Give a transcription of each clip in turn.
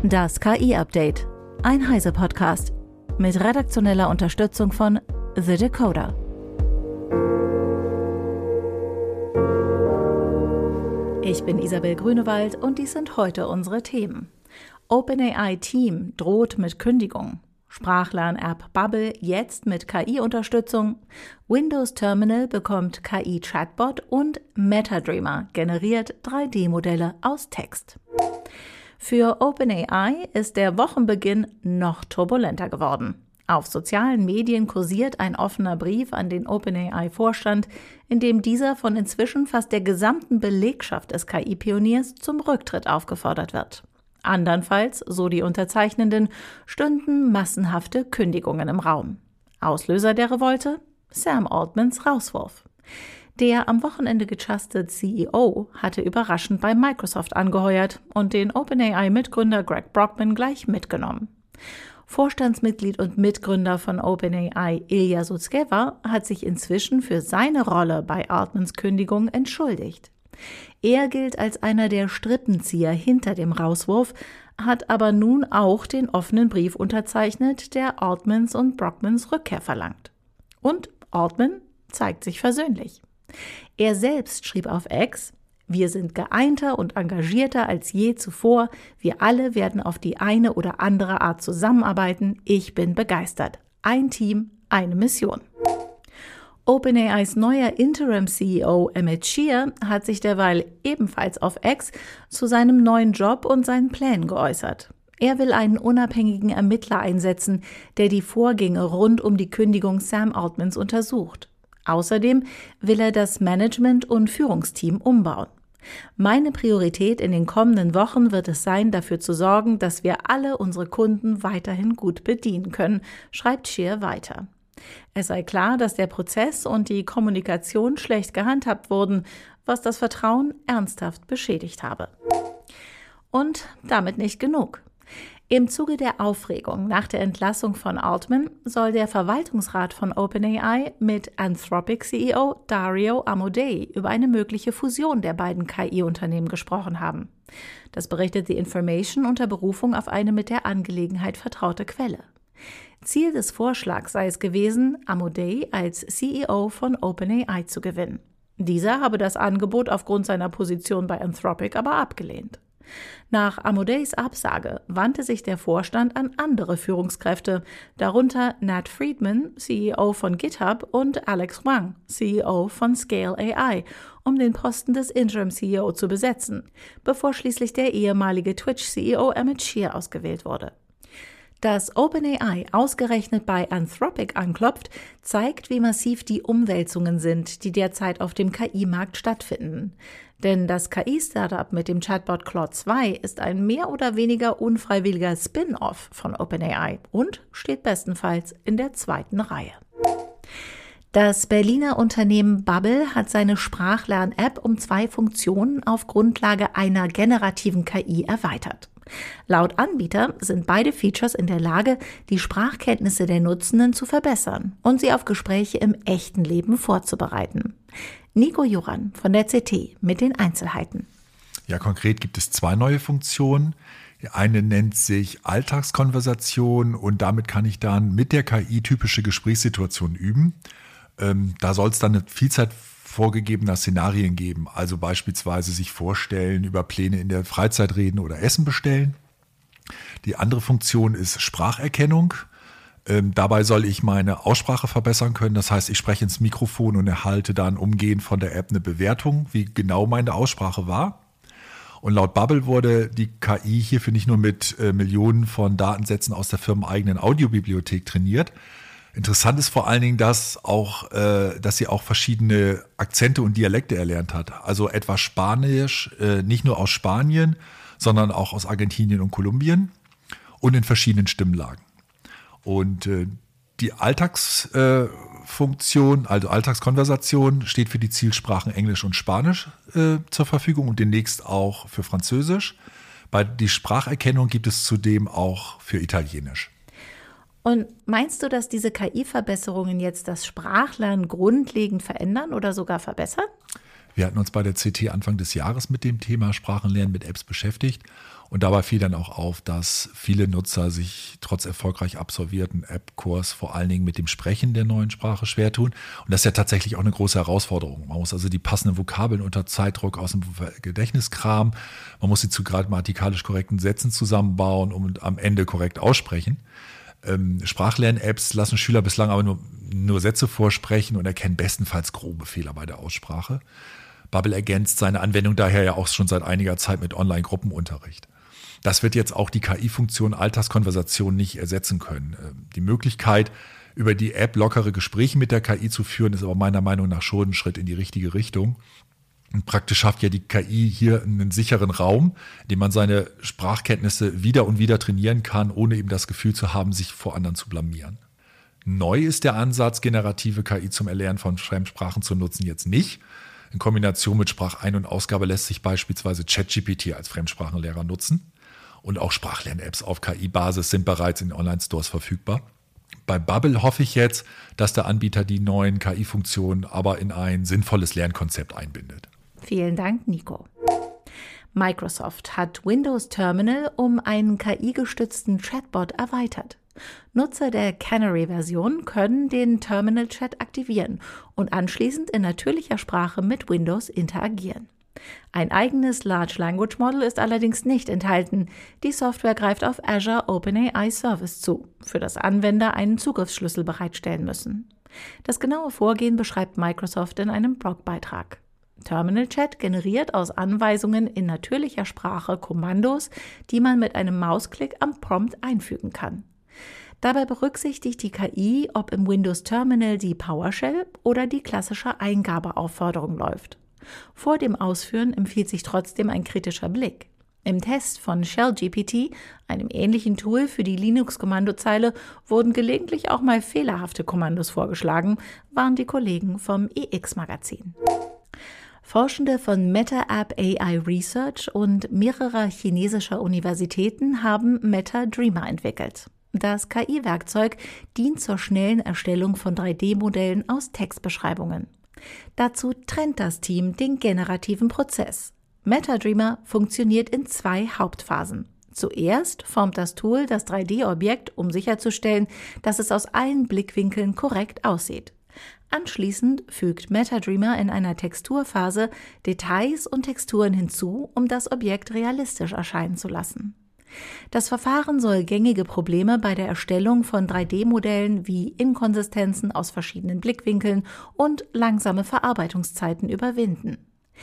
Das KI-Update, ein Heise-Podcast mit redaktioneller Unterstützung von The Decoder. Ich bin Isabel Grünewald und dies sind heute unsere Themen. OpenAI-Team droht mit Kündigung. Sprachlern-App Bubble jetzt mit KI-Unterstützung. Windows Terminal bekommt KI-Chatbot und MetaDreamer generiert 3D-Modelle aus Text. Für OpenAI ist der Wochenbeginn noch turbulenter geworden. Auf sozialen Medien kursiert ein offener Brief an den OpenAI-Vorstand, in dem dieser von inzwischen fast der gesamten Belegschaft des KI-Pioniers zum Rücktritt aufgefordert wird. Andernfalls, so die Unterzeichnenden, stünden massenhafte Kündigungen im Raum. Auslöser der Revolte? Sam Altmans Rauswurf. Der am Wochenende gechastete CEO hatte überraschend bei Microsoft angeheuert und den OpenAI-Mitgründer Greg Brockman gleich mitgenommen. Vorstandsmitglied und Mitgründer von OpenAI Ilya Sutskever hat sich inzwischen für seine Rolle bei Altmans Kündigung entschuldigt. Er gilt als einer der Strippenzieher hinter dem Rauswurf, hat aber nun auch den offenen Brief unterzeichnet, der Altmans und Brockmans Rückkehr verlangt. Und Altman zeigt sich versöhnlich. Er selbst schrieb auf X: Wir sind geeinter und engagierter als je zuvor. Wir alle werden auf die eine oder andere Art zusammenarbeiten. Ich bin begeistert. Ein Team, eine Mission. OpenAIs neuer Interim-CEO Emmett Shear hat sich derweil ebenfalls auf X zu seinem neuen Job und seinen Plänen geäußert. Er will einen unabhängigen Ermittler einsetzen, der die Vorgänge rund um die Kündigung Sam Altmans untersucht. Außerdem will er das Management- und Führungsteam umbauen. Meine Priorität in den kommenden Wochen wird es sein, dafür zu sorgen, dass wir alle unsere Kunden weiterhin gut bedienen können, schreibt Shear weiter. Es sei klar, dass der Prozess und die Kommunikation schlecht gehandhabt wurden, was das Vertrauen ernsthaft beschädigt habe. Und damit nicht genug. Im Zuge der Aufregung nach der Entlassung von Altman soll der Verwaltungsrat von OpenAI mit Anthropic-CEO Dario Amodei über eine mögliche Fusion der beiden KI-Unternehmen gesprochen haben. Das berichtet The Information unter Berufung auf eine mit der Angelegenheit vertraute Quelle. Ziel des Vorschlags sei es gewesen, Amodei als CEO von OpenAI zu gewinnen. Dieser habe das Angebot aufgrund seiner Position bei Anthropic aber abgelehnt. Nach Amodeis Absage wandte sich der Vorstand an andere Führungskräfte, darunter Nat Friedman, CEO von GitHub, und Alex Wang, CEO von Scale AI, um den Posten des Interim-CEO zu besetzen, bevor schließlich der ehemalige Twitch-CEO Emmett Shear ausgewählt wurde. Dass OpenAI ausgerechnet bei Anthropic anklopft, zeigt, wie massiv die Umwälzungen sind, die derzeit auf dem KI-Markt stattfinden. Denn das KI-Startup mit dem Chatbot Claude 2 ist ein mehr oder weniger unfreiwilliger Spin-off von OpenAI und steht bestenfalls in der zweiten Reihe. Das Berliner Unternehmen Bubble hat seine Sprachlern-App um 2 Funktionen auf Grundlage einer generativen KI erweitert. Laut Anbieter sind beide Features in der Lage, die Sprachkenntnisse der Nutzenden zu verbessern und sie auf Gespräche im echten Leben vorzubereiten. Nico Juran von der CT mit den Einzelheiten. Ja, konkret gibt es 2 neue Funktionen. Die eine nennt sich Alltagskonversation und damit kann ich dann mit der KI typische Gesprächssituationen üben. Da soll es dann eine Vielzahl vorgegebener Szenarien geben, also beispielsweise sich vorstellen, über Pläne in der Freizeit reden oder Essen bestellen. Die andere Funktion ist Spracherkennung. Dabei soll ich meine Aussprache verbessern können. Das heißt, ich spreche ins Mikrofon und erhalte dann umgehend von der App eine Bewertung, wie genau meine Aussprache war. Und laut Bubble wurde die KI hierfür nicht nur mit Millionen von Datensätzen aus der firmeneigenen Audiobibliothek trainiert. Interessant ist vor allen Dingen, dass sie auch verschiedene Akzente und Dialekte erlernt hat. Also etwa Spanisch, nicht nur aus Spanien, sondern auch aus Argentinien und Kolumbien und in verschiedenen Stimmlagen. Und die Alltagsfunktion, also Alltagskonversation, steht für die Zielsprachen Englisch und Spanisch zur Verfügung und demnächst auch für Französisch. Die Spracherkennung gibt es zudem auch für Italienisch. Und meinst du, dass diese KI-Verbesserungen jetzt das Sprachlernen grundlegend verändern oder sogar verbessern? Wir hatten uns bei der CT Anfang des Jahres mit dem Thema Sprachenlernen mit Apps beschäftigt. Und dabei fiel dann auch auf, dass viele Nutzer sich trotz erfolgreich absolvierten App-Kurs vor allen Dingen mit dem Sprechen der neuen Sprache schwer tun. Und das ist ja tatsächlich auch eine große Herausforderung. Man muss also die passenden Vokabeln unter Zeitdruck aus dem Gedächtnis kramen. Man muss sie zu grammatikalisch korrekten Sätzen zusammenbauen und am Ende korrekt aussprechen. Sprachlern-Apps lassen Schüler bislang aber nur Sätze vorsprechen und erkennen bestenfalls grobe Fehler bei der Aussprache. Babbel ergänzt seine Anwendung daher ja auch schon seit einiger Zeit mit Online-Gruppenunterricht. Das wird jetzt auch die KI-Funktion Alltagskonversation nicht ersetzen können. Die Möglichkeit, über die App lockere Gespräche mit der KI zu führen, ist aber meiner Meinung nach schon ein Schritt in die richtige Richtung. Und praktisch schafft ja die KI hier einen sicheren Raum, in dem man seine Sprachkenntnisse wieder und wieder trainieren kann, ohne eben das Gefühl zu haben, sich vor anderen zu blamieren. Neu ist der Ansatz, generative KI zum Erlernen von Fremdsprachen zu nutzen, jetzt nicht. In Kombination mit Sprachein- und Ausgabe lässt sich beispielsweise ChatGPT als Fremdsprachenlehrer nutzen. Und auch Sprachlern-Apps auf KI-Basis sind bereits in Online-Stores verfügbar. Bei Babbel hoffe ich jetzt, dass der Anbieter die neuen KI-Funktionen aber in ein sinnvolles Lernkonzept einbindet. Vielen Dank, Nico. Microsoft hat Windows Terminal um einen KI-gestützten Chatbot erweitert. Nutzer der Canary-Version können den Terminal-Chat aktivieren und anschließend in natürlicher Sprache mit Windows interagieren. Ein eigenes Large Language Model ist allerdings nicht enthalten. Die Software greift auf Azure OpenAI Service zu, für das Anwender einen Zugriffsschlüssel bereitstellen müssen. Das genaue Vorgehen beschreibt Microsoft in einem Blogbeitrag. Terminal Chat generiert aus Anweisungen in natürlicher Sprache Kommandos, die man mit einem Mausklick am Prompt einfügen kann. Dabei berücksichtigt die KI, ob im Windows Terminal die PowerShell oder die klassische Eingabeaufforderung läuft. Vor dem Ausführen empfiehlt sich trotzdem ein kritischer Blick. Im Test von ShellGPT, einem ähnlichen Tool für die Linux-Kommandozeile, wurden gelegentlich auch mal fehlerhafte Kommandos vorgeschlagen, waren die Kollegen vom EX-Magazin. Forschende von MetaApp AI Research und mehrerer chinesischer Universitäten haben MetaDreamer entwickelt. Das KI-Werkzeug dient zur schnellen Erstellung von 3D-Modellen aus Textbeschreibungen. Dazu trennt das Team den generativen Prozess. MetaDreamer funktioniert in 2 Hauptphasen. Zuerst formt das Tool das 3D-Objekt, um sicherzustellen, dass es aus allen Blickwinkeln korrekt aussieht. Anschließend fügt MetaDreamer in einer Texturphase Details und Texturen hinzu, um das Objekt realistisch erscheinen zu lassen. Das Verfahren soll gängige Probleme bei der Erstellung von 3D-Modellen wie Inkonsistenzen aus verschiedenen Blickwinkeln und langsame Verarbeitungszeiten überwinden.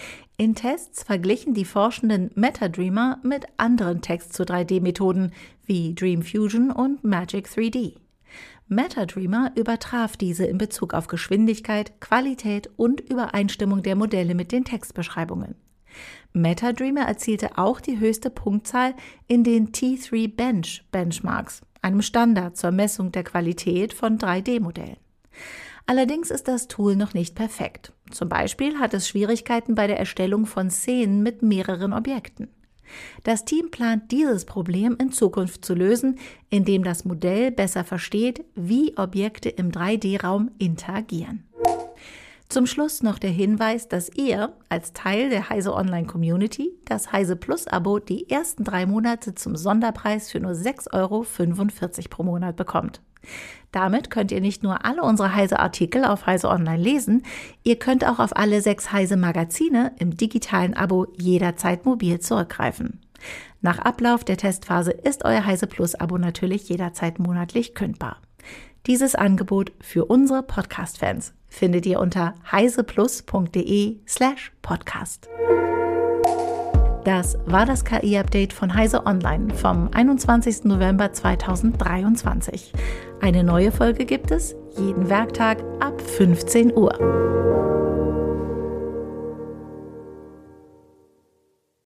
In Tests verglichen die Forschenden MetaDreamer mit anderen Text-zu-3D-Methoden wie DreamFusion und Magic 3D. MetaDreamer übertraf diese in Bezug auf Geschwindigkeit, Qualität und Übereinstimmung der Modelle mit den Textbeschreibungen. MetaDreamer erzielte auch die höchste Punktzahl in den T3 Bench Benchmarks, einem Standard zur Messung der Qualität von 3D-Modellen. Allerdings ist das Tool noch nicht perfekt. Zum Beispiel hat es Schwierigkeiten bei der Erstellung von Szenen mit mehreren Objekten. Das Team plant, dieses Problem in Zukunft zu lösen, indem das Modell besser versteht, wie Objekte im 3D-Raum interagieren. Zum Schluss noch der Hinweis, dass ihr als Teil der Heise Online Community das Heise Plus Abo die ersten 3 Monate zum Sonderpreis für nur 6,45 € pro Monat bekommt. Damit könnt ihr nicht nur alle unsere Heise Artikel auf Heise Online lesen, ihr könnt auch auf alle 6 Heise Magazine im digitalen Abo jederzeit mobil zurückgreifen. Nach Ablauf der Testphase ist euer Heise Plus Abo natürlich jederzeit monatlich kündbar. Dieses Angebot für unsere Podcast-Fans findet ihr unter heiseplus.de/podcast. Das war das KI-Update von Heise Online vom 21. November 2023. Eine neue Folge gibt es jeden Werktag ab 15 Uhr.